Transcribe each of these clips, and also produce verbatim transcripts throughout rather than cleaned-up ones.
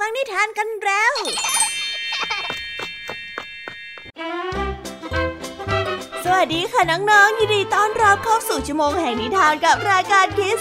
ฟังนิทานกันแล้วสวัสดีค่ะน้องๆยินดีต้อนรับเข้าสู่ชั่วโมงแห่งนิทานกับรายการ Kids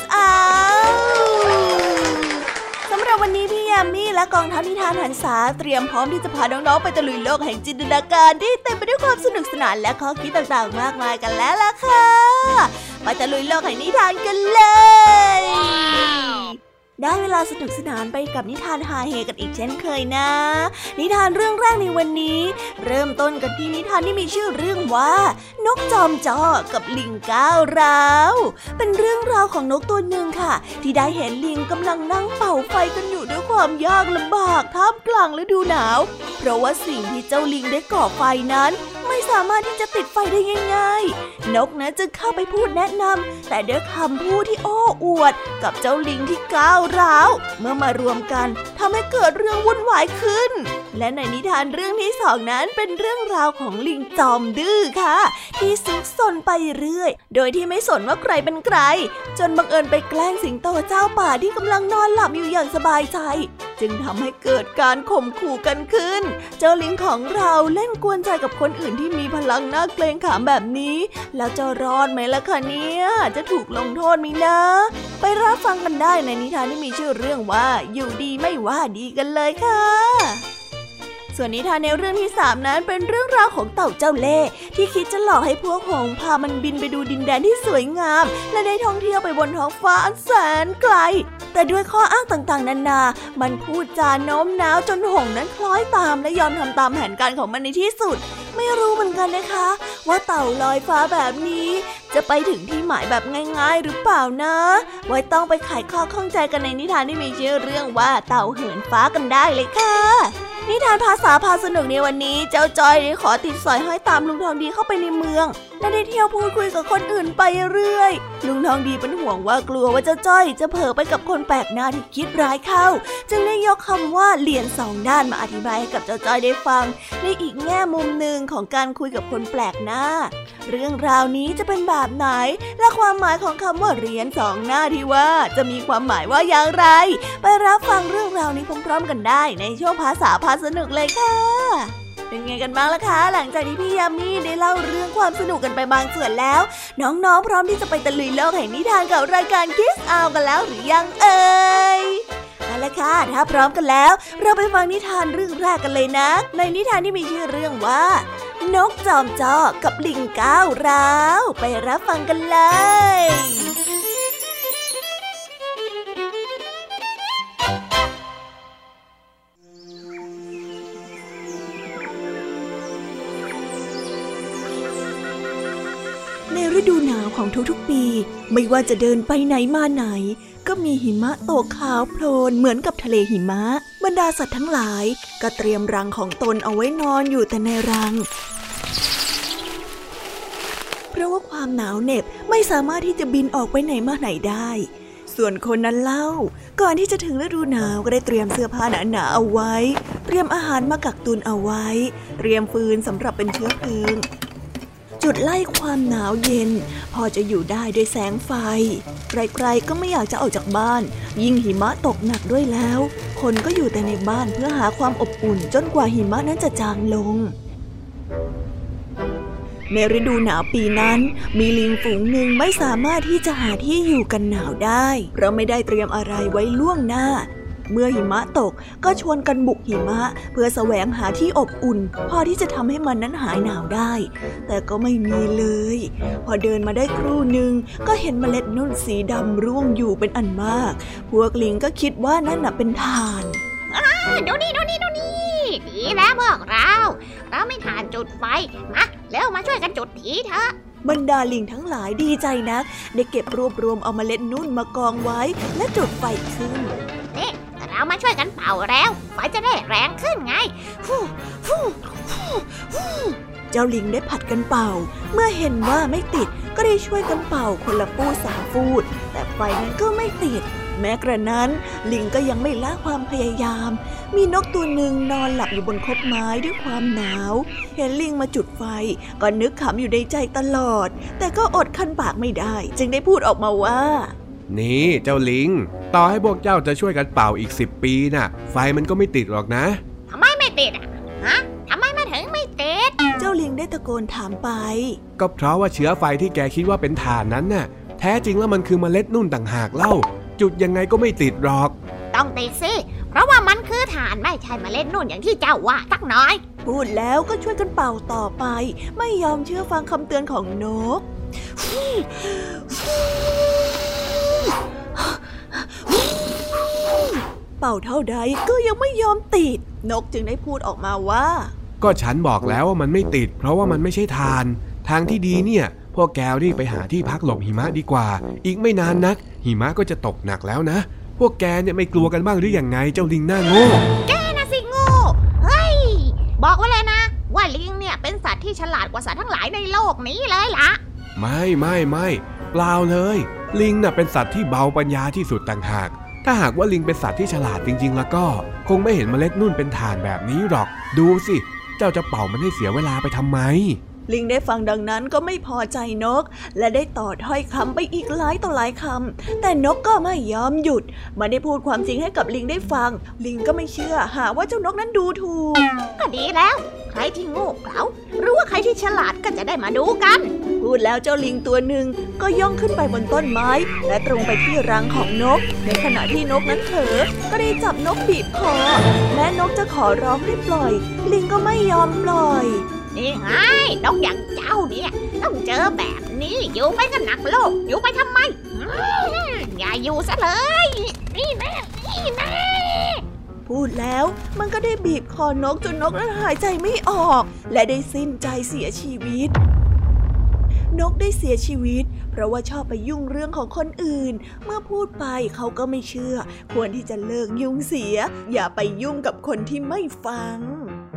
Outสำหรับวันนี้พี่ยามีและกองทัพนิทานหันษาเตรียมพร้อมที่จะพาน้องๆไปตะลุยโลกแห่งจินตนาการที่เต็มไปด้วยความสนุกสนานและข้อคิดต่างๆมากมายกันแล้วล่ะค่ะไปตะลุยโลกแห่งนิทานกันเลยได้เวลาสนุกสนานไปกับนิทานฮาเฮกันอีกเช่นเคยนะนิทานเรื่องแรกในวันนี้เริ่มต้นกันที่นิทานที่มีชื่อเรื่องว่านกจอมจ้อกับลิงก้าวร้าวเป็นเรื่องราวของนกตัวหนึ่งค่ะที่ได้เห็นลิงกำลังนั่งเป่าไฟกันอยู่ด้วยความยากลำบากท่ามกลางฤดูหนาวเพราะว่าสิ่งที่เจ้าลิงได้ก่อไฟนั้นไม่สามารถที่จะติดไฟได้ง่ายๆนกนะจึงเข้าไปพูดแนะนำแต่ด้วยคำพูดที่โอ้อวดกับเจ้าลิงที่ก้าวร้าวเมื่อมารวมกันทำให้เกิดเรื่องวุ่นวายขึ้นและในนิทานเรื่องที่สองนั้นเป็นเรื่องราวของลิงจอมดื้อค่ะที่ซุกซนไปเรื่อยโดยที่ไม่สนว่าใครเป็นใครจนบังเอิญไปแกล้งสิงโตเจ้าป่าที่กำลังนอนหลับอยู่อย่างสบายใจจึงทำให้เกิดการข่มขู่กันขึ้นเจ้าลิงของเราเล่นกวนใจกับคนอื่นที่มีพลังน่าเกรงขามแบบนี้แล้วจะรอดไหมล่ะคะเนี่ยจะถูกลงโทษไหมนะไปรับฟังกันได้ในนิทานที่มีชื่อเรื่องว่าอยู่ดีไม่ว่าดีกันเลยค่ะส่วนนิทานในเรื่องที่สามนั้นเป็นเรื่องราวของเต่าเจ้าเล่ห์ที่คิดจะหลอกให้พวกหงส์พามันบินไปดูดินแดนที่สวยงามและได้ท่องเที่ยวไปบนท้องฟ้าอันแสนไกลแต่ด้วยข้ออ้างต่างๆนานามันพูดจาโน้มน้าวจนหงส์นั้นคล้อยตามและยอมทำตามแผนการของมันในที่สุดไม่รู้เหมือนกันนะคะว่าเต่าลอยฟ้าแบบนี้จะไปถึงที่หมายแบบง่ายๆหรือเปล่านะไว้ต้องไปไขข้อข้องใจกันในนิทานที่มีชื่อเรื่องว่าเต่าเหินฟ้ากันได้เลยค่ะนิทานภาษาพาสนุกในวันนี้เจ้าจ้อยได้ขอติดสอยห้อยตามลุงทองดีเข้าไปในเมืองและได้เที่ยวพูดคุยกับคนอื่นไปเรื่อยลุงทองดีเป็นห่วงว่ากลัวว่าเจ้าจ้อยจะเผลอไปกับคนแปลกหน้าที่คิดร้ายเข้าจึงได้ยกคำว่าเหรียญสองด้านมาอธิบายให้กับเจ้าจ้อยได้ฟังในอีกแง่มุมหนึ่งของการคุยกับคนแปลกหน้าเรื่องราวนี้จะเป็นแบบไหนและความหมายของคำว่าเหรียญสองหน้าที่ว่าจะมีความหมายว่าอย่างไรไปรับฟังเรื่องราวนี้พร้อมๆกันได้ในช่วงภาษาพาสนุกเลยค่ะเป็นไงกันบ้างล่ะคะหลังจากที่พี่ยามีได้เล่าเรื่องความสนุกกันไปบางส่วนแล้วน้องๆพร้อมที่จะไปตะลุยโลกแห่งนิทานกับรายการ Kids Out กันแล้วหรือยังเอ่ยเอาล่ะค่ะถ้าพร้อมกันแล้วเราไปฟังนิทานเรื่องแรกกันเลยนะในนิทานที่มีชื่อเรื่องว่านกจอมจ้อกับลิงก้าวร้าวไปรับฟังกันเลยในฤดูหนาวของทุกๆปีไม่ว่าจะเดินไปไหนมาไหนก็มีหิมะตกขาวโพลนเหมือนกับทะเลหิมะบรรดาสัตว์ทั้งหลายก็เตรียมรังของตนเอาไว้นอนอยู่แต่ในรังเพราะว่าความหนาวเหน็บไม่สามารถที่จะบินออกไปไหนมาไหนได้ส่วนคนนั้นเล่าก่อนที่จะถึงฤดูหนาวก็ได้เตรียมเสื้อผ้าหนาๆเอาไว้เตรียมอาหารมากักตุนเอาไว้เตรียมฟืนสำหรับเป็นเชื้อเพลิงจุดไล่ความหนาวเย็นพอจะอยู่ได้ด้วยแสงไฟใครๆก็ไม่อยากจะออกจากบ้านยิ่งหิมะตกหนักด้วยแล้วคนก็อยู่แต่ในบ้านเพื่อหาความอบอุ่นจนกว่าหิมะนั้นจะจางลงในฤดูหนาวปีนั้นมีลิงฝูงหนึ่งไม่สามารถที่จะหาที่อยู่กันหนาวได้เพราะไม่ได้เตรียมอะไรไว้ล่วงหน้าเมื่อหิมะตกก็ชวนกันบุกหิมะเพื่อแสวงหาที่อบอุ่นพอที่จะทำให้มันนั้นหายหนาวได้แต่ก็ไม่มีเลยพอเดินมาได้ครู่หนึ่งก็เห็นเมล็ดนุ่นสีดำร่วงอยู่เป็นอันมากพวกลิงก็คิดว่านั่นน่ะเป็นถ่านดูนี่ดูนี่ดูนี่ดีแล้วพวกเราเราไม่ถ่านจุดไฟมาแล้วมาช่วยกันจุดทีเถอะบรรดาลิงทั้งหลายดีใจนักได้เก็บรวบรวมเอาเมล็ดนุ่นมากองไว้และจุดไฟขึ้นนี่เรามาช่วยกันเป่าแล้วไฟจะได้แรงขึ้นไงฟูฟูฟูฟูเจ้าลิงได้ผัดกันเป่าเมื่อเห็นว่าไม่ติดก็ได้ช่วยกันเป่าคนละฟูสามฟูแต่ไฟนั้นก็ไม่ติดแม้กระนั้นลิงก็ยังไม่ละความพยายามมีนกตัวหนึ่งนอนหลับอยู่บนคบไม้ด้วยความหนาวเห็นลิงมาจุดไฟก็นึกขำอยู่ในใจตลอดแต่ก็อดคั้นปากไม่ได้จึงได้พูดออกมาว่านี่เจ้าลิงต่อให้พวกเจ้าจะช่วยกันเป่าอีกสิบปีน่ะไฟมันก็ไม่ติดหรอกนะทำไมไม่ติดอ่ะฮะทำไมมันถึงไม่ติดเจ้าลิงได้ตะโกนถามไปก็เพราะว่าเชื้อไฟที่แกคิดว่าเป็นถ่านนั้นน่ะแท้จริงแล้วมันคือเมล็ดนุ่นต่างหากเล่าจุดยังไงก็ไม่ติดหรอกต้องติดสิเพราะว่ามันคือถ่านไม่ใช่เมล็ดนุ่นอย่างที่เจ้าว่าสักน้อยพูดแล้วก็ช่วยกันเป่าต่อไปไม่ยอมเชื่อฟังคำเตือนของนกเป่าเท่าใดก็ยังไม่ยอมติดนกจึงได้พูดออกมาว่าก็ฉันบอกแล้วว่ามันไม่ติดเพราะว่ามันไม่ใช่ถ่านทางที่ดีเนี่ยพวกแกรีบไปหาที่พักหลบหิมะดีกว่าอีกไม่นานนักหิมะก็จะตกหนักแล้วนะพวกแกเนี่ยไม่กลัวกันบ้างหรือยังไงเจ้าลิงหน้าโง่แกนะสิโง่เฮ้ยบอกไว้เลยนะว่าลิงเนี่ยเป็นสัตว์ที่ฉลาดกว่าสัตว์ทั้งหลายในโลกนี้เลยล่ะไม่ไม่ไม่เปล่าเลยลิงน่ะเป็นสัตว์ที่เบาปัญญาที่สุดต่างหากถ้าหากว่าลิงเป็นสัตว์ที่ฉลาดจริงๆแล้วก็คงไม่เห็นเมล็ดนุ่นเป็นถ่านแบบนี้หรอกดูสิเจ้าจะเป่ามันให้เสียเวลาไปทำไมลิงได้ฟังดังนั้นก็ไม่พอใจนกและได้ต่อถ้อยคำไปอีกหลายต่อหลายคำแต่นกก็ไม่ยอมหยุดมันได้พูดความจริงให้กับลิงได้ฟังลิงก็ไม่เชื่อหาว่าเจ้านกนั้นดูถูกก็ดีแล้วใครที่โง่เขลาหรือว่าใครที่ฉลาดก็จะได้มาดูกันพูดแล้วเจ้าลิงตัวหนึ่งก็ย่องขึ้นไปบนต้นไม้และตรงไปที่รังของนกในขณะที่นกนั้นเผลอก็ได้จับนกบีบคอแม้นกจะขอร้องให้ปล่อยลิงก็ไม่ยอมปล่อยนี่ไงนกอย่างเจ้าเนี่ยต้องเจอแบบนี้อยู่ไปก็หนักโลกอยู่ไปทำไมอย่าอยู่ซะเลยนี่แน่นี่แน่พูดแล้วมันก็ได้บีบคอนกจนนกนั้นหายใจไม่ออกและได้สิ้นใจเสียชีวิตนกได้เสียชีวิตเพราะว่าชอบไปยุ่งเรื่องของคนอื่นเมื่อพูดไปเขาก็ไม่เชื่อควรที่จะเลิกยุ่งเสียอย่าไปยุ่งกับคนที่ไม่ฟัง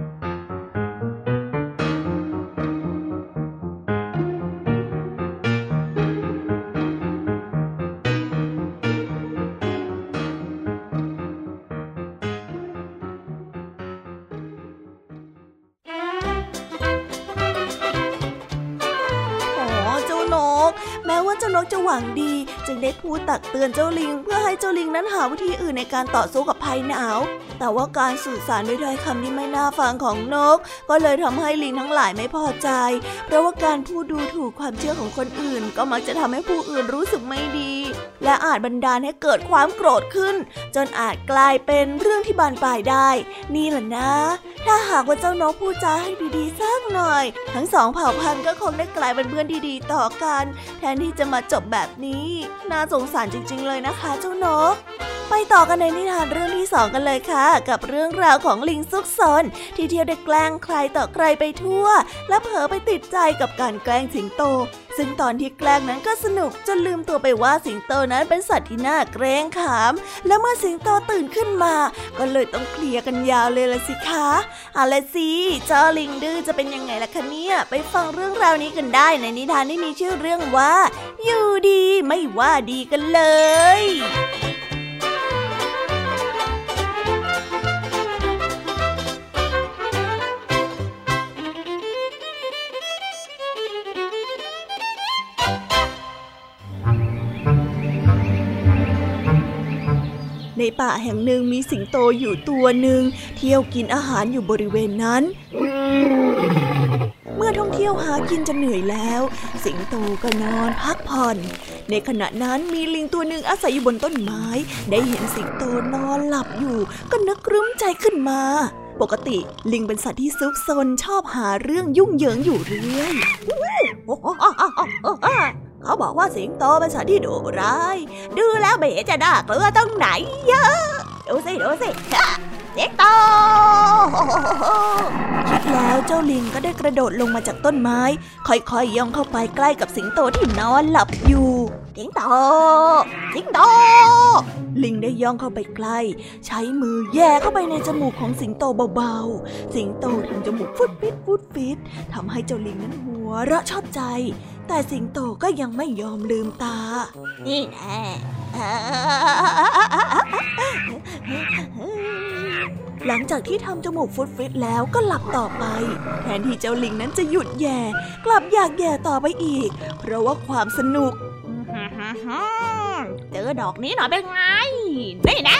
แม้ว่าเจ้านกจะหวังดีจึงได้พูดตักเตือนเจ้าลิงเพื่อให้เจ้าลิงนั้นหาวิธีอื่นในการต่อสู้กับภัยหนาวแต่ว่าการสื่อสารด้วยถ้อยคำที่ไม่น่าฟังของนกก็เลยทำให้ลิงทั้งหลายไม่พอใจเพราะว่าการพูดดูถูกความเชื่อของคนอื่นก็มักจะทำให้ผู้อื่นรู้สึกไม่ดีและอาจบันดาลให้เกิดความโกรธขึ้นจนอาจกลายเป็นเรื่องที่บานปลายได้นี่แหละนะถ้าหากว่าเจ้านกพูดจาให้ดีๆสักหน่อยทั้งสองเผ่าพันธุ์ก็คงได้กลายเป็นเพื่อนที่ดีต่อกันแทนที่จะมาจบแบบนี้น่าสงสารจริงๆเลยนะคะเจ้านกไปต่อกันในนิทานเรื่องที่สองกันเลยค่ะกับเรื่องราวของลิงซุกซนที่เที่ยวได้แกล้งใครต่อใครไปทั่วและเผลอไปติดใจกับการแกล้งสิงโตซึ่งตอนที่แกล้งนั้นก็สนุกจนลืมตัวไปว่าสิงโตนั้นเป็นสัตว์ที่น่าเกรงขามและเมื่อสิงโตตื่นขึ้นมาก็เลยต้องเคลียร์กันยาวเลยล่ะสิคะเอาล่ะสิเจ้าลิงดื้อจะเป็นยังไงล่ะคะเนี่ยไปฟังเรื่องราวนี้กันได้ในนิทานที่มีชื่อเรื่องว่าอยู่ดีไม่ว่าดีกันเลยในป่าแห่งหนึ่งมีสิงโตอยู่ตัวหนึ่งเที่ยวกินอาหารอยู่บริเวณนั้นเมื่อท่องเที่ยวหากินจนเหนื่อยแล้วสิงโตก็นอนพักผ่อนในขณะนั้นมีลิงตัวหนึ่งอาศัยอยู่บนต้นไม้ได้เห็นสิงโตนอนหลับอยู่ก็นึกครึ้มใจขึ้นมาปกติลิงเป็นสัตว์ที่ซุกซนชอบหาเรื่องยุ่งเหยิงอยู่เรื่อยเขาบอกว่าสิงโตเป็นสัตว์ที่ดุร้ายดูแล้วไม่เห็นจะน่ากลัวตรงไหนเยอะดูสิดูสิสิงโตคิดแล้วเจ้าลิงก็ได้กระโดดลงมาจากต้นไม้ค่อยๆย่องเข้าไปใกล้กับสิงโตที่นอนหลับอยู่สิงโตสิงโตลิงได้ย่องเข้าไปใกล้ใช้มือแย่เข้าไปในจมูกของสิงโตเบาๆสิงโตทำจมูกฟุดฟิดฟุดฟิดทำให้เจ้าลิงนั้นหัวเราะชอบใจแต่สิงโตก็ยังไม่ยอมลืมตานี่แน่หลังจากที่ทำจมูกฟุดฟิดแล้วก็หลับต่อไปแทนที่เจ้าลิงนั้นจะหยุดแย่กลับอยากแย่ต่อไปอีกเพราะว่าความสนุกตื่อดอกนี้หน่อยเป็นไงนี่นะ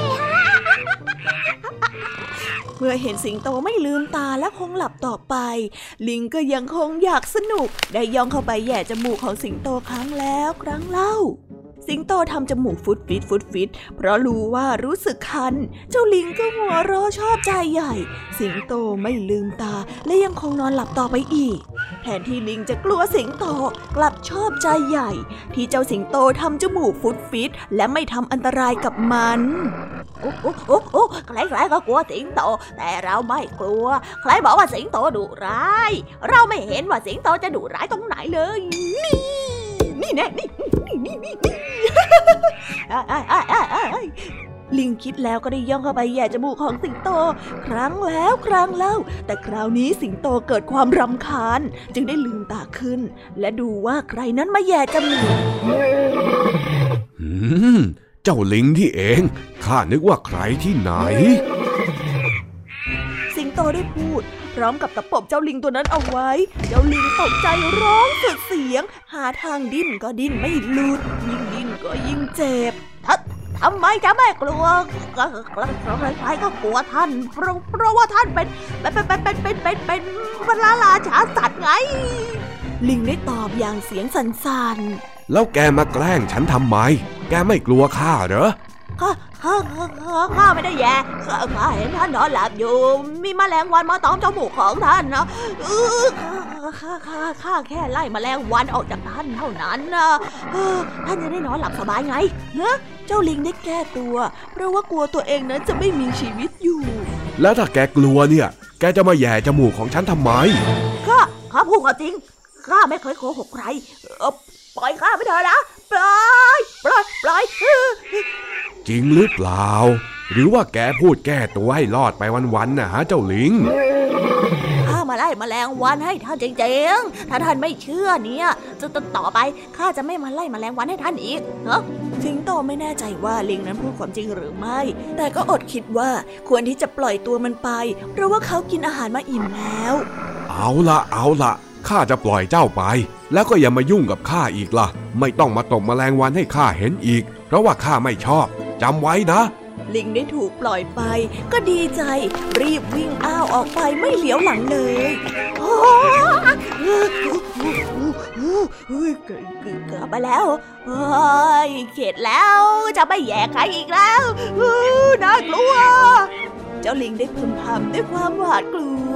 เมื่อเห็นสิงโตไม่ลืมตาและคงหลับต่อไปลิงก็ยังคงอยากสนุกได้ย่องเข้าไปแย่จมูกของสิงโตครั้งแล้วครั้งเล่าสิงโตทำจมูกฟุดฟิตฟุดฟิตเพราะรู้ว่ารู้สึกคันเจ้าลิงก็หัวเราะชอบใจใหญ่สิงโตไม่ลืมตาและยังคงนอนหลับต่อไปอีกแทนที่ลิงจะกลัวสิงโตกลับชอบใจใหญ่ที่เจ้าสิงโตทำจมูกฟุดฟิตและไม่ทำอันตรายกับมันโอ้โอ้โอ้โอ้ใครๆก็กลัวสิงโตแต่เราไม่กลัวใครบอกว่าสิงโตดุร้ายเราไม่เห็นว่าสิงโตจะดุร้ายตรงไหนเลยนี่นี่แน่นี่นี่นี่นี่ลิงคิดแล้วก็ได้ย่องเข้าไปแย่จมูกของสิงโตครั้งแล้วครั้งเล่าแต่คราวนี้สิงโตเกิดความรำคาญจึงได้ลืมตาขึ้นและดูว่าใครนั้นมาแย่จมูกอืมเจ้าลิงที่เองข้านึกว่าใครที่ไหนสิงโตได้พูดพร้อมกับตะปบเจ้าลิงตัวนั้นเอาไว้เจ้าลิงตกใจร้องสุดเสียงหาทางดิ้นก็ดิ้นไม่หลุดยิ่งดิ้นก็ยิ่งเจ็บทำไมจะไม่กลัวก็ใครๆก็กลัวท่านเพราะเพราะว่าท่านเป็นเป็นเป็นเป็นเป็นเป็นเป็นพระราชาสัตว์ไงลิงได้ตอบอย่างเสียงสั่นๆแล้วแกมาแกล้งฉันทำไมแกไม่กลัวข้าเหรอข้าข้าข้าไม่ได้แย่ข้าข้าเห็นท่านนอนหลับอยู่มีแมลงวันมาตอมจมูกของท่านนะข้าข้าข้าแค่ไล่แมลงวันออกจากท่านเท่านั้นนะท่านจะได้นอนหลับสบายไงเฮ้เจ้าลิงได้แก้ตัวเพราะว่ากลัวตัวเองนั้นจะไม่มีชีวิตอยู่แล้วถ้าแกกลัวเนี่ยแกจะมาแย่จมูกของฉันทำไมข้าข้าพูดความจริงข้าไม่เคยโกหกใครปล่อยข้าไปเถอะนะปล่อยปล่อยปล่อยจริงหรือเปล่าหรือว่าแกพูดแก้ตัวให้รอดไปวันๆน่ะฮะเจ้าลิงข้ามาไล่แมลงวันให้ท่านจริงๆถ้าท่านไม่เชื่อเนี่ยจะต่อไปข้าจะไม่มาไล่แมลงวันให้ท่านอีกเนาะสิงโตไม่แน่ใจว่าลิงนั้นพูดความจริงหรือไม่แต่ก็อดคิดว่าควรที่จะปล่อยตัวมันไปเพราะว่าเขากินอาหารมาอิ่มแล้วเอาละเอาละข้าจะปล่อยเจ้าไปแล้วก็อย่ามายุ่งกับข้าอีกล่ะไม่ต้องมาตบแมลงวันให้ข้าเห็นอีกเพราะว่าข้าไม่ชอบจำไว้นะลิงได้ถูกปล่อยไปก็ดีใจรีบวิ่งอ้าวออกไปไม่เหลียวหลังเลยกลับมาแล้วเข็ดแล้วจะไม่แย่ใครอีกแล้วน่ากลัวเจ้าลิงได้พึมพำด้วยความหวาดกลัว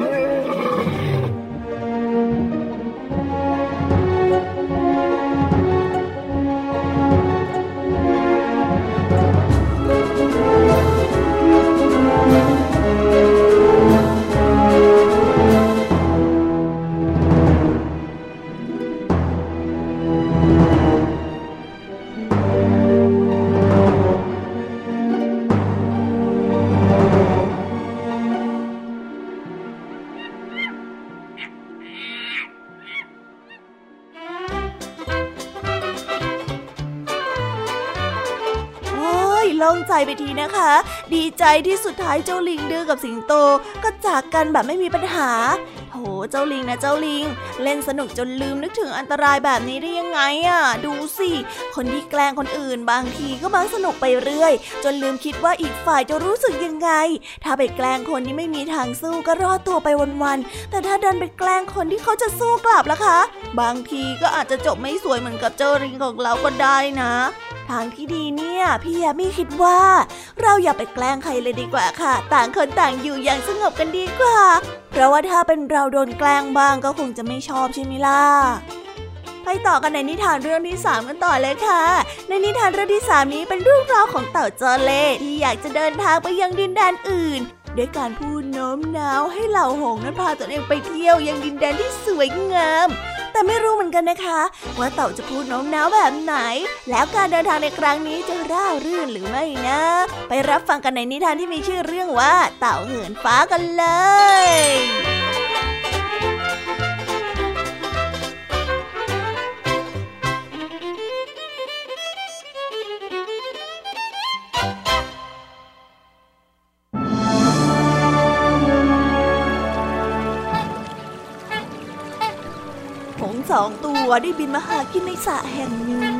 โล่งใจไปทีนะคะดีใจที่สุดท้ายเจ้าลิงดื้อกับสิงโตก็จากกันแบบไม่มีปัญหาโหเจ้าลิงนะเจ้าลิงเล่นสนุกจนลืมนึกถึงอันตรายแบบนี้ได้ยังไงอ่ะดูสิคนที่แกล้งคนอื่นบางทีก็มักสนุกไปเรื่อยจนลืมคิดว่าอีกฝ่ายจะรู้สึกยังไงถ้าไปแกล้งคนที่ไม่มีทางสู้ก็รอดตัวไปวันๆแต่ถ้าดันไปแกล้งคนที่เขาจะสู้กลับล่ะคะบางทีก็อาจจะจบไม่สวยเหมือนกับเจ้าลิงของเราก็ได้นะทางที่ดีเนี่ยพี่ยามีคิดว่าเราอย่าไปแกล้งใครเลยดีกว่าค่ะต่างคนต่างอยู่อย่างสงบกันดีกว่าเพราะว่าถ้าเป็นเราโดนแกล้งบ้างก็คงจะไม่ชอบใช่ไหมล่ะไปต่อกันในนิทานเรื่องที่สามกันต่อเลยค่ะในนิทานเรื่องที่สามนี้เป็นเรื่องราวของเต่าจอเล่ที่อยากจะเดินทางไปยังดินแดนอื่นด้วยการพูดโน้มน้าวให้เหล่าหงส์นั้นพาตนเองไปเที่ยวยังดินแดนที่สวยงามแต่ไม่รู้เหมือนกันนะคะว่าเต่าจะพูดโน้มน้าวแบบไหนแล้วการเดินทางในครั้งนี้จะร่ารื่นหรือไม่นะไปรับฟังกันในนิทานที่มีชื่อเรื่องว่าเต่าเหินฟ้ากันเลยสองตัวได้บินมาหากินในสระแห่งหนึ่ง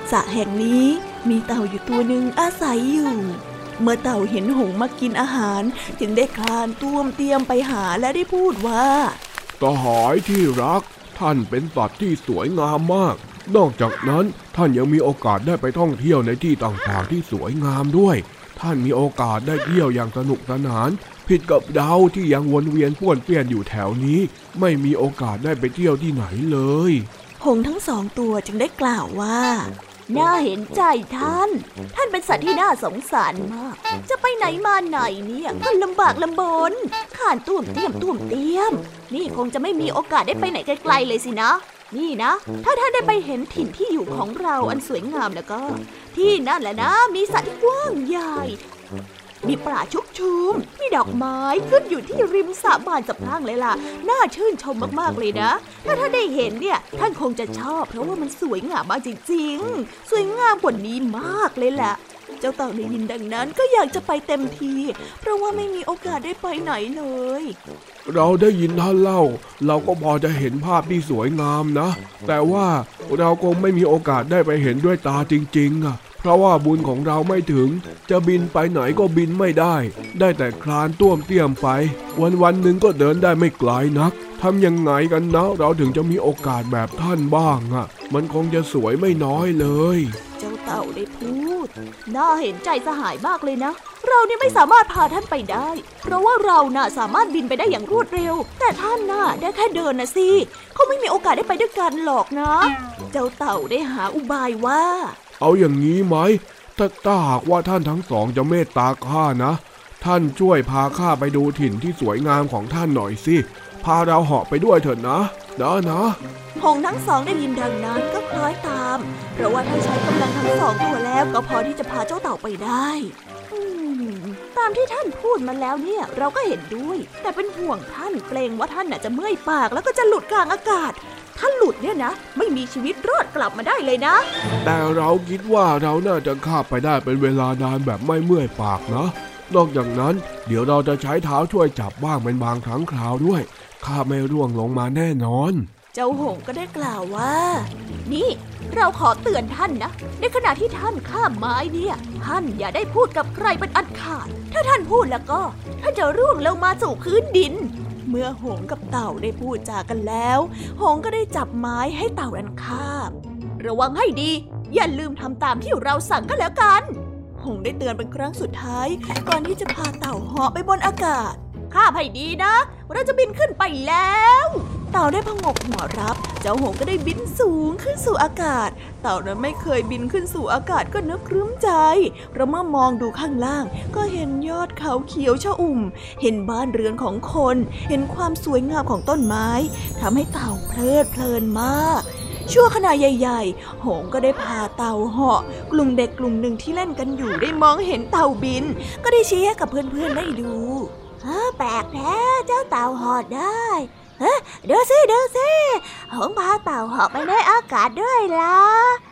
สระแห่งนี้มีเต่าอยู่ตัวหนึ่งอาศัยอยู่เมื่อเต่าเห็นหงส์มากินอาหารจึงได้คลานต้วมเตรียมไปหาและได้พูดว่าสหายที่รักท่านเป็นสัตว์ที่สวยงามมากนอกจากนั้นท่านยังมีโอกาสได้ไปท่องเที่ยวในที่ต่างๆที่สวยงามด้วยท่านมีโอกาสได้เที่ยวอย่างสนุกสนานผิดกับเราที่ยังวนเวียนป้วนเปี้ยนอยู่แถวนี้ไม่มีโอกาสได้ไปเที่ยวที่ไหนเลยหงส์ทั้งสองตัวจึงได้กล่าวว่าน่าเห็นใจท่านท่านเป็นสัตว์ที่น่าสงสารมากจะไปไหนมาไหนเนี่ยก็ลำบากลำบนข่านตุ่มเตี้ยมตุ่มเตี้ยมนี่คงจะไม่มีโอกาสได้ไปไหนไกลๆเลยสินะนี่นะถ้าท่านได้ไปเห็นถิ่นที่อยู่ของเราอันสวยงามแล้วก็ที่นั่นแหละนะมีสัตว์ที่กว้างใหญ่มีป่าชุกชุมมีดอกไม้ขึ้นอยู่ที่ริมสระบานสะพรั่งเลยล่ะน่าชื่นชมมากๆเลยนะถ้าท่านได้เห็นเนี่ยท่านคงจะชอบเพราะว่ามันสวยงามมากจริงๆสวยงามกว่านี้มากเลยแหละเจ้าเต่าได้ยินดังนั้นก็อยากจะไปเต็มทีเพราะว่าไม่มีโอกาสได้ไปไหนเลยเราได้ยินท่านเล่าเราก็พอจะเห็นภาพที่สวยงามนะแต่ว่าเราคงไม่มีโอกาสได้ไปเห็นด้วยตาจริงๆอ่ะเพราะว่าบุญของเราไม่ถึงจะบินไปไหนก็บินไม่ได้ได้แต่คลานต้วมเตี้ยมไปวันวันหนึ่งก็เดินได้ไม่ไกลนักทำยังไงกันนะเราถึงจะมีโอกาสแบบท่านบ้างอ่ะมันคงจะสวยไม่น้อยเลยเจ้าเต่าได้พูดน่าเห็นใจสหายมากเลยนะเราเนี่ยไม่สามารถพาท่านไปได้เพราะว่าเราน่ะสามารถบินไปได้อย่างรวดเร็วแต่ท่านน่ะได้แค่เดินนะสิเขาไม่มีโอกาสได้ไปด้วยกันหรอกนะเจ้าเต่าได้หาอุบายว่าเอาอย่างนี้ไหมถ้าถ้าหากว่าท่านทั้งสองจะเมตตาข้านะท่านช่วยพาข้าไปดูถิ่นที่สวยงามของท่านหน่อยสิพาเราเหาะไปด้วยเถิดนะนะนะหงส์ทั้งสองได้ยินดังนั้นก็คล้อยตามเพราะว่าท่านใช้กำลังทั้งสองตัวแล้วก็พอที่จะพาเจ้าเต่าไปได้ตามที่ท่านพูดมาแล้วเนี่ยเราก็เห็นด้วยแต่เป็นห่วงท่านเกรงว่าท่านน่ะจะเมื่อยปากแล้วก็จะหลุดกลางอากาศถ้าหลุดเนี่ยนะไม่มีชีวิตรอดกลับมาได้เลยนะแต่เราคิดว่าเราน่าจะข้ามไปได้เป็นเวลานานแบบไม่เมื่อยปากนะนอกจากนั้นเดี๋ยวเราจะใช้เท้าช่วยจับบ้างเป็นบางครั้งคราวด้วยข้าไม่ร่วงลงมาแน่นอนเจ้าหงส์ก็ได้กล่าวว่านี่เราขอเตือนท่านนะในขณะที่ท่านข้ามไม้เนี่ยท่านอย่าได้พูดกับใครเป็นอันขาดถ้าท่านพูดแล้วก็ท่านจะร่วงลงมาสู่พื้นดินเมื่อหงส์กับเต่าได้พูดจากันแล้วหงส์ก็ได้จับไม้ให้เต่านั้นคาบระวังให้ดีอย่าลืมทำตามที่เราสั่งก็แล้วกันหงส์ได้เตือนเป็นครั้งสุดท้ายก่อนที่จะพาเต่าเหาะไปบนอากาศคาบให้ดีนะเราจะบินขึ้นไปแล้วเต่าได้พงกหัวรับเจ้าหงส์ก็ได้บินสูงขึ้นสู่อากาศเต่านั้นไม่เคยบินขึ้นสู่อากาศก็นึกครึ้มใจเพราะเมื่อมองดูข้างล่างก็เห็นยอดเขาเขียวชอุ่มเห็นบ้านเรือนของคนเห็นความสวยงามของต้นไม้ทำให้เต่าเพลิดเพลินมากชั่วขณะใหญ่ๆหงส์ก็ได้พาเต่าเหาะกลุ่มเด็กกลุ่มหนึ่งที่เล่นกันอยู่ได้มองเห็นเต่าบินก็ได้ชี้ให้กับเพื่อนๆได้ดูแปลกแท้เจ้าเต่าเหาะได้เฮ้ดูสิดูสิหงส์พาเต่าเหาะไปในอากาศด้วยล่ะ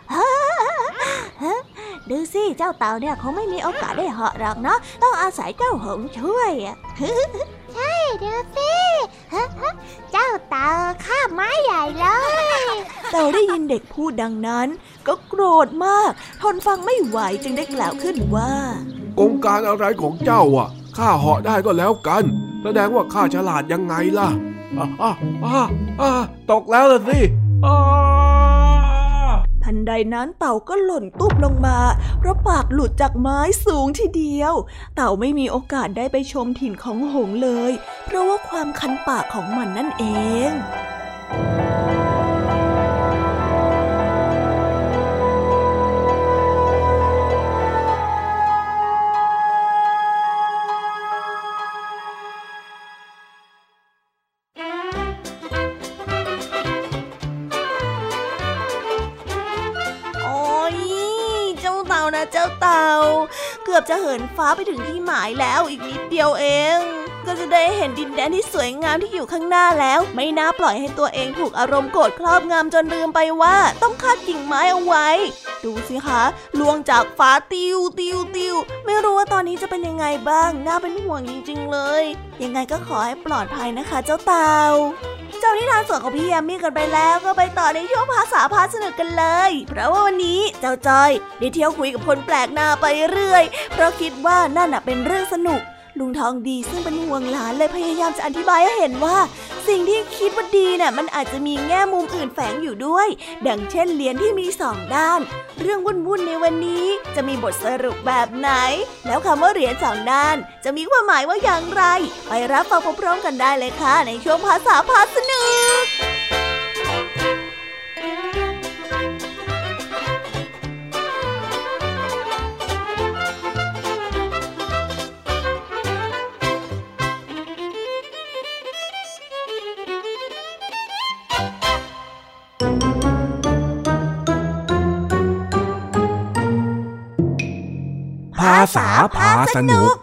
ดูสิเจ้าเต่าเนี่ยคงไม่มีโอกาสได้เหาะหรอกเนาะต้องอาศัยเจ้าหงส์ช่วยอ่ะใช่ดูสิเจ้าเต่าข้ามไม้ใหญ่เลยเต่าได้ยินเด็กพูดดังนั้นก็โกรธมากทนฟังไม่ไหวจึงได้กล่าวขึ้นว่ากงการอะไรของเจ้าอ่ะข้าเหาะได้ก็แล้วกันแสดงว่าข้าฉลาดยังไงล่ะอ่าอ่าอ่าตกแล้วล่ะสิทันใดนั้นเต่าก็หล่นตุ๊บลงมาเพราะปากหลุดจากไม้สูงทีเดียวเต่าไม่มีโอกาสได้ไปชมถิ่นของหงส์เลยเพราะว่าความคันปากของมันนั่นเองเจ้าเต่าเกือบจะเหินฟ้าไปถึงที่หมายแล้วอีกนิดเดียวเองก็จะได้เห็นดินแดนที่สวยงามที่อยู่ข้างหน้าแล้วไม่น่าปล่อยให้ตัวเองถูกอารมณ์โกรธครอบงำจนลืมไปว่าต้องคาดกิ่งไม้เอาไว้ดูสิคะล่วงจากฟ้าติวติวติวไม่รู้ว่าตอนนี้จะเป็นยังไงบ้างน่าเป็นห่วงจริงๆเลยยังไงก็ขอให้ปลอดภัยนะคะเจ้าเต่าเจ้านิทานส่วนของพี่ยามีกันไปแล้วก็ไปต่อในช่วงภาษาพาสนุกกันเลยเพราะว่าวันนี้เจ้าจ้อยได้เที่ยวคุยกับคนแปลกหน้าไปเรื่อยเพราะคิดว่านั่นน่ะเป็นเรื่องสนุกลุงทองดีซึ่งเป็นห่วงหลานเลยพยายามจะอธิบายให้เห็นว่าสิ่งที่คิดว่าดีน่ะมันอาจจะมีแง่มุมอื่นแฝงอยู่ด้วยดังเช่นเหรียญที่มีสองด้านเรื่องวุ่นๆในวันนี้จะมีบทสรุปแบบไหนแล้วคำว่าเหรียญสองด้านจะมีความหมายว่าอย่างไรไปรับฟังพร้อมๆกันได้เลยค่ะในช่วงภาษาพาสนุกภาษาพาสนุก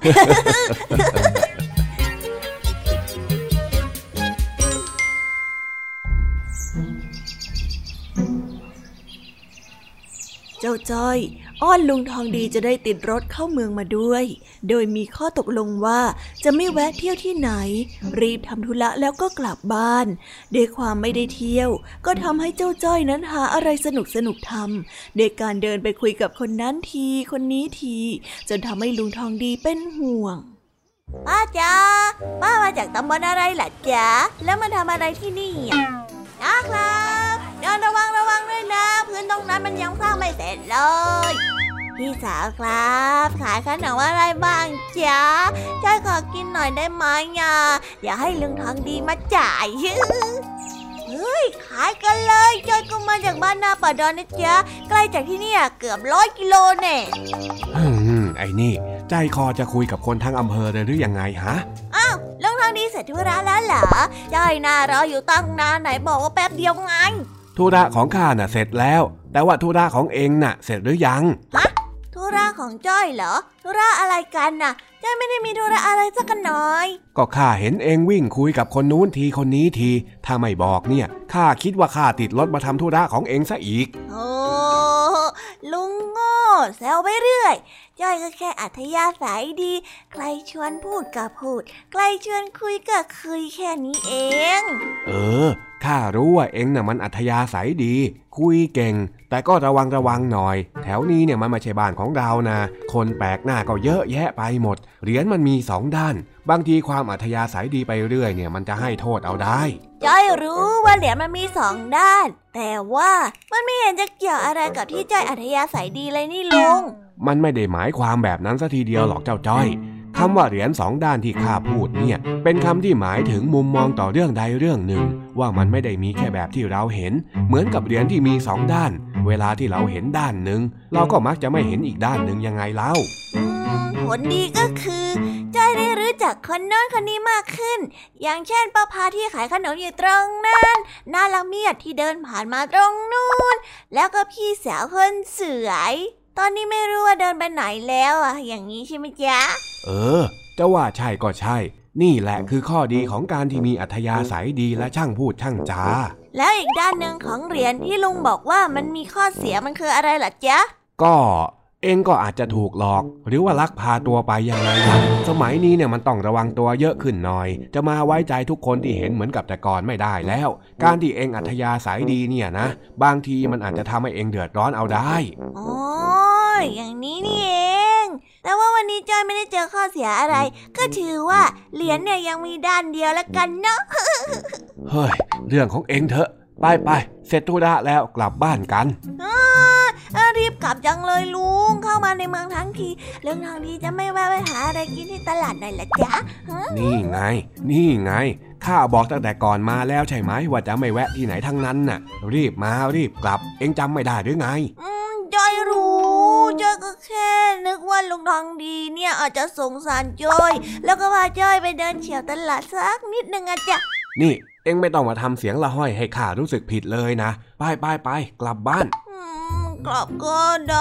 เจ้าจ้อยอ้อนลุงทองดีจะได้ติดรถเข้าเมืองมาด้วยโดยมีข้อตกลงว่าจะไม่แวะเที่ยวที่ไหนรีบทำธุระแล้วก็กลับบ้านด้วยความไม่ได้เที่ยวก็ทำให้เจ้าจ้อยนั้นหาอะไรสนุกสนุกทำโดยการเดินไปคุยกับคนนั้นทีคนนี้ทีจนทำให้ลุงทองดีเป็นห่วงป้าจ๊ะป้ามาจากตำบลอะไรล่ะจ๊ะแล้วมาทำอะไรที่นี่อ่ะนะครับเดินระวังระวังด้วยนะพื้นตรงนั้นมันยังสร้างไม่เสร็จเลยพี่สาวครับขายขนมอะไรบ้างจ๊ะจ้อยขอกินหน่อยได้ไหมอ่ะอย่าให้ลุงทองดีมาจ่ายเฮ้ยขายกันเลยจ้อยก็มาจากบ้านนาป่าดอนนะจ๊ะใกล้จากที่นี่เกือบร้อยกิโลแน่อืมไอ้นี่ใจคอจะคุยกับคนทั้งอำเภอเลยหรือยังไงฮะอ้าวลุงทองดีเสร็จธุระแล้วเหรอจ้อยน่ารออยู่ตั้งนานไหนบอกว่าแป๊บเดียวไงธุระของข้าน่ะเสร็จแล้วแต่ว่าธุระของเองน่ะเสร็จหรือยังฮะธุระของจ้อยเหรอธุระอะไรกันน่ะจ้อยไม่ได้มีธุระอะไรสักหน่อยก็ข้าเห็นเองวิ่งคุยกับคนนู้นทีคนนี้ทีถ้าไม่บอกเนี่ยข้าคิดว่าข้าติดรถมาทำธุระของเองซะอีกโอ้ลุงโง่แซวไปเรื่อยจ้อยก็แค่อัธยาศัยดีใครชวนพูดก็พูดใครชวนคุยก็คุยแค่นี้เองเออข้ารู้ว่าเองน่ะมันอัธยาศัยดีคุยเก่งแต่ก็ระวังระวังหน่อยแถวนี้เนี่ยมันไม่ใช่บ้านของเรานะคนแปลกหน้าก็เยอะแยะไปหมดเหรียญมันมีสองด้านบางทีความอัธยาศัยดีไปเรื่อยเนี่ยมันจะให้โทษเอาได้จ้อยรู้ว่าเหรียญมันมีสองด้านแต่ว่ามันไม่เห็นจะเกี่ยวอะไรกับที่จ้อยอัธยาศัยดีเลยนี่ลุงมันไม่ได้หมายความแบบนั้นซะทีเดียวหรอกเจ้าจ้อยคำว่าเหรียญสองด้านที่ข้าพูดเนี่ยเป็นคำที่หมายถึงมุมมองต่อเรื่องใดเรื่องหนึ่งว่ามันไม่ได้มีแค่แบบที่เราเห็นเหมือนกับเหรียญที่มีสองด้านเวลาที่เราเห็นด้านหนึ่งเราก็มักจะไม่เห็นอีกด้านหนึ่งยังไงเล่าผลดีก็คือจ้อยได้รู้จักคนโน้นคนนี้มากขึ้นอย่างเช่นป้าพาที่ขายขนมอยู่ตรงนั้นน้าละเมียดที่เดินผ่านมาตรงนู้นแล้วก็พี่สาวคนสวยตอนนี้ไม่รู้ว่าเดินไปไหนแล้วอ่ะอย่างนี้ใช่ไหมจ๊ะเออจะว่าใช่ก็ใช่นี่แหละคือข้อดีของการที่มีอัธยาศัยดีและช่างพูดช่างจาแล้วอีกด้านหนึ่งของเหรียญที่ลุงบอกว่ามันมีข้อเสียมันคืออะไรล่ะจ๊ะก็เองก็อาจจะถูกหลอกหรือว่าลักพาตัวไปยังไงล่ะสมัยนี้เนี่ยมันต้องระวังตัวเยอะขึ้นหน่อยจะมาไว้ใจทุกคนที่เห็นเหมือนกับแต่ก่อนไม่ได้แล้วการที่เองอัธยาศัยดีเนี่ยนะบางทีมันอาจจะทำให้เองเดือดร้อนเอาได้อ๋ออย่างนี้นี่เองแต่ว่าวันนี้จ้อยไม่ได้เจอข้อเสียอะไรก็ถือว่าเหรียญเนี่ยยังมีด้านเดียวแล้วกันเนาะเฮ้ยเรื่องของเองเถอะไปไปเสร็จธุระแล้วกลับบ้านกันรีบกลับจังเลยลุงเข้ามาในเมืองทั้งทีเรื่องทางดีจะไม่แวะไปหาอะไรกินที่ตลาดไหนล่ะจ๊ะนี่ไงนี่ไงข้าบอกตั้งแต่ก่อนมาแล้วใช่ไหมว่าจะไม่แวะที่ไหนทั้งนั้นน่ะรีบมารีบกลับเอ็งจำไม่ได้หรือไงอืมจ้อยรู้จ้อยก็แค่นึกว่าลุงทองดีเนี่ยอาจจะสงสารจ้อยแล้วก็พาจ้อยไปเดินเฉี่ยวตลาดสักนิดนึงอะจ๊ะนี่เอ็งไม่ต้องมาทำเสียงละห้อยให้ข้ารู้สึกผิดเลยนะไปไปไปกลับบ้านกลับก็ได้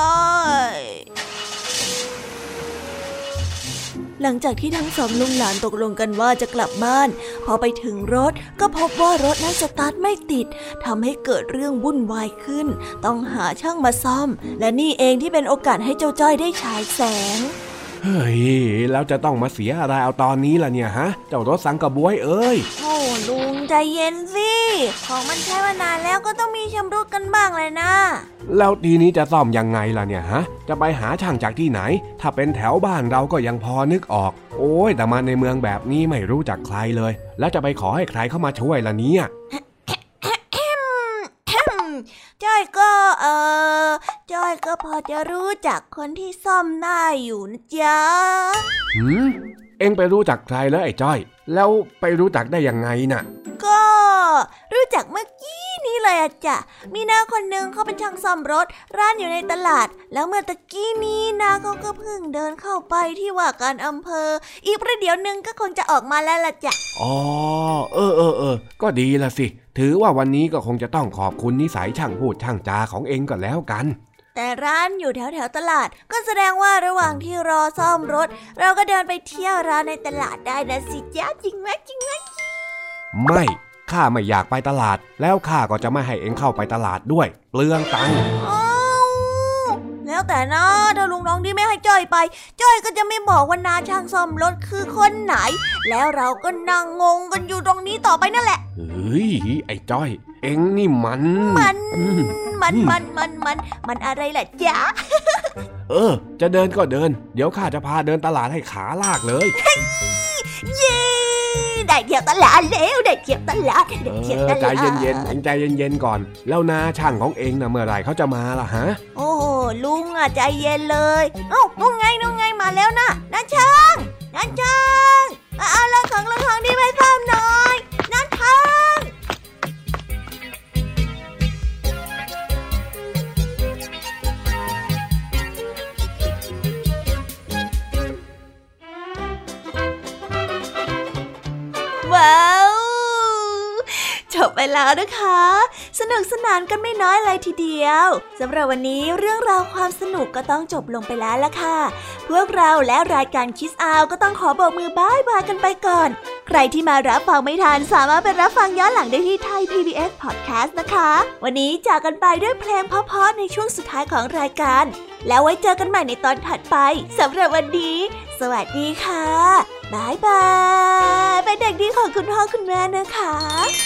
หลังจากที่ทั้งสองลุงหลานตกลงกันว่าจะกลับบ้านพอไปถึงรถก็พบว่ารถนั้นสตาร์ทไม่ติดทำให้เกิดเรื่องวุ่นวายขึ้นต้องหาช่างมาซ่อมและนี่เองที่เป็นโอกาสให้เจ้าจ้อยได้ฉายแสงเฮ้ยแล้วจะต้องมาเสียอะไรเอาตอนนี้ล่ะเนี่ยฮะเจ้ารถสังกะบวยเอ้ยโอ้ลุงใจเย็นสิของมันใช้มานานแล้วก็ต้องมีชำรุดกันบ้างเลยนะแล้วทีนี้จะซ่อมยังไงล่ะเนี่ยฮะจะไปหาช่างจากที่ไหนถ้าเป็นแถวบ้านเราก็ยังพอนึกออกโอ้ยแต่มาในเมืองแบบนี้ไม่รู้จักใครเลยแล้วจะไปขอให้ใครเข้ามาช่วยล่ะเนี่ยจ้อยก็เออจ้อยก็พอจะรู้จักคนที่ซ่อมได้อยู่นะจ๊ะหืมเอ็งไปรู้จักใครแล้วไอ้จ้อยแล้วไปรู้จักได้ยังไงน่ะก็รู้จักเมื่อกี้นี้เลยอะจ้ะมีน้าคนนึงเขาเป็นช่างซ่อมรถร้านอยู่ในตลาดแล้วเมื่อตะกี้นี้น้าเขาก็เพิ่งเดินเข้าไปที่ว่าการอำเภออีกประเดี๋ยวนึงก็คงจะออกมาแล้วล่ะจ้ะอ๋อเออเออเออก็ดีละสิถือว่าวันนี้ก็คงจะต้องขอบคุณนิสัยช่างพูดช่างจาของเอ็งก็แล้วกันแต่ร้านอยู่แถวแถวตลาดก็แสดงว่าระหว่างที่รอซ่อมรถเราก็เดินไปเที่ยวร้านในตลาดได้นะสิจ๊ะจริงไหมจริงไหมไม่ข้าไม่อยากไปตลาดแล้วข้าก็จะไม่ให้เอ็งเข้าไปตลาดด้วยเปลืองตังค์แล้วแต่นะถ้าลุงน้องที่ไม่ให้จ้อยไปจ้อยก็จะไม่บอกว่านาช่างซ่อมรถคือคนไหนแล้วเราก็นั่งงงกันอยู่ตรงนี้ต่อไปนั่นแหละเฮ้ยไอ้จ้อยเอ็งนี่มันมันมันมันมันมันมันอะไรล่ะจ๊ะเออจะเดินก็เดินเดี๋ยวข้าจะพาเดินตลาดให้ขาลากเลยเย้ได้เที่ยวตลาดแล้วได้เที่ยวตลาดได้เที่ยวตลาดใจเย็นๆเอ็งใจเย็นๆก่อนแล้วนาช่างของเอ็งน่ะเมื่อไหร่เขาจะมาล่ะฮะโอ้ลุงอ่ะใจเย็นเลยเอ้านู่นไงนู่นไงมาแล้วนะน้าช่างน้าช่างเอาเรื่องของเรื่องของนี่ไปซ่อมหน่อยน้าช่างว้าวจบไปแล้วนะคะสนุกสนานกันไม่น้อยเลยทีเดียวสำหรับวันนี้เรื่องราวความสนุกก็ต้องจบลงไปแล้วล่ะค่ะพวกเราและรายการ Kids Out ก็ต้องขอโบกมือบ๊ายบายกันไปก่อนใครที่มารับฟังไม่ทันสามารถไปรับฟังย้อนหลังได้ที่ Thai พี บี เอส Podcast นะคะวันนี้จากกันไปด้วยเพลงเพราะๆในช่วงสุดท้ายของรายการแล้วไว้เจอกันใหม่ในตอนถัดไปสำหรับวันนี้สวัสดีค่ะบ๊ายบายเป็นเด็กดีของคุณพ่อคุณแม่นะคะ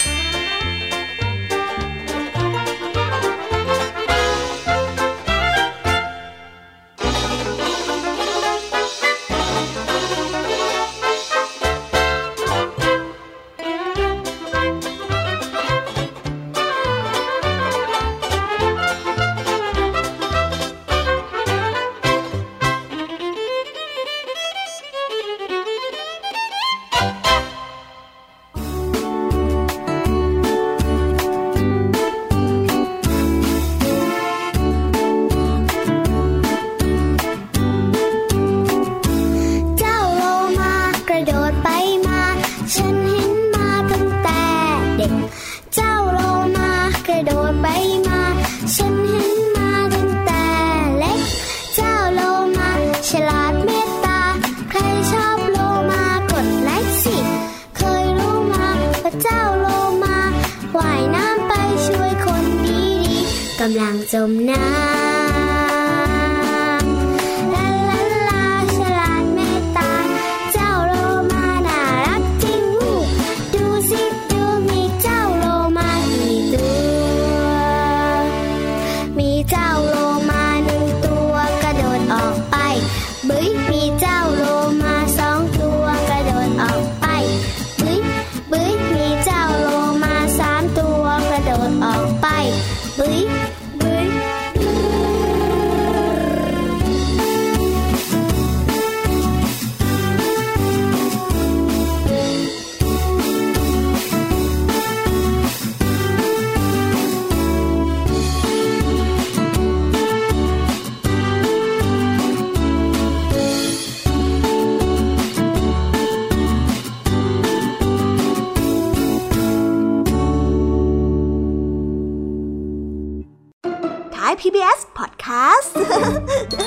กำลังจมน้ำลาลาลาฉลาดเมตตาเจ้าโลมาน่ารักจริงดูสิดูมีเจ้าโลมากี่ตัวมีเจ้าโลมาหนึ่งตัวกระโดดออกไปบึ้ยมีเจ้าโลมาสองตัวกระโดดออกไปบึ้ยบึ้ยมีเจ้าโลมาสามตัวกระโดดออกไปบึ้ย Thai พี บี เอส Podcast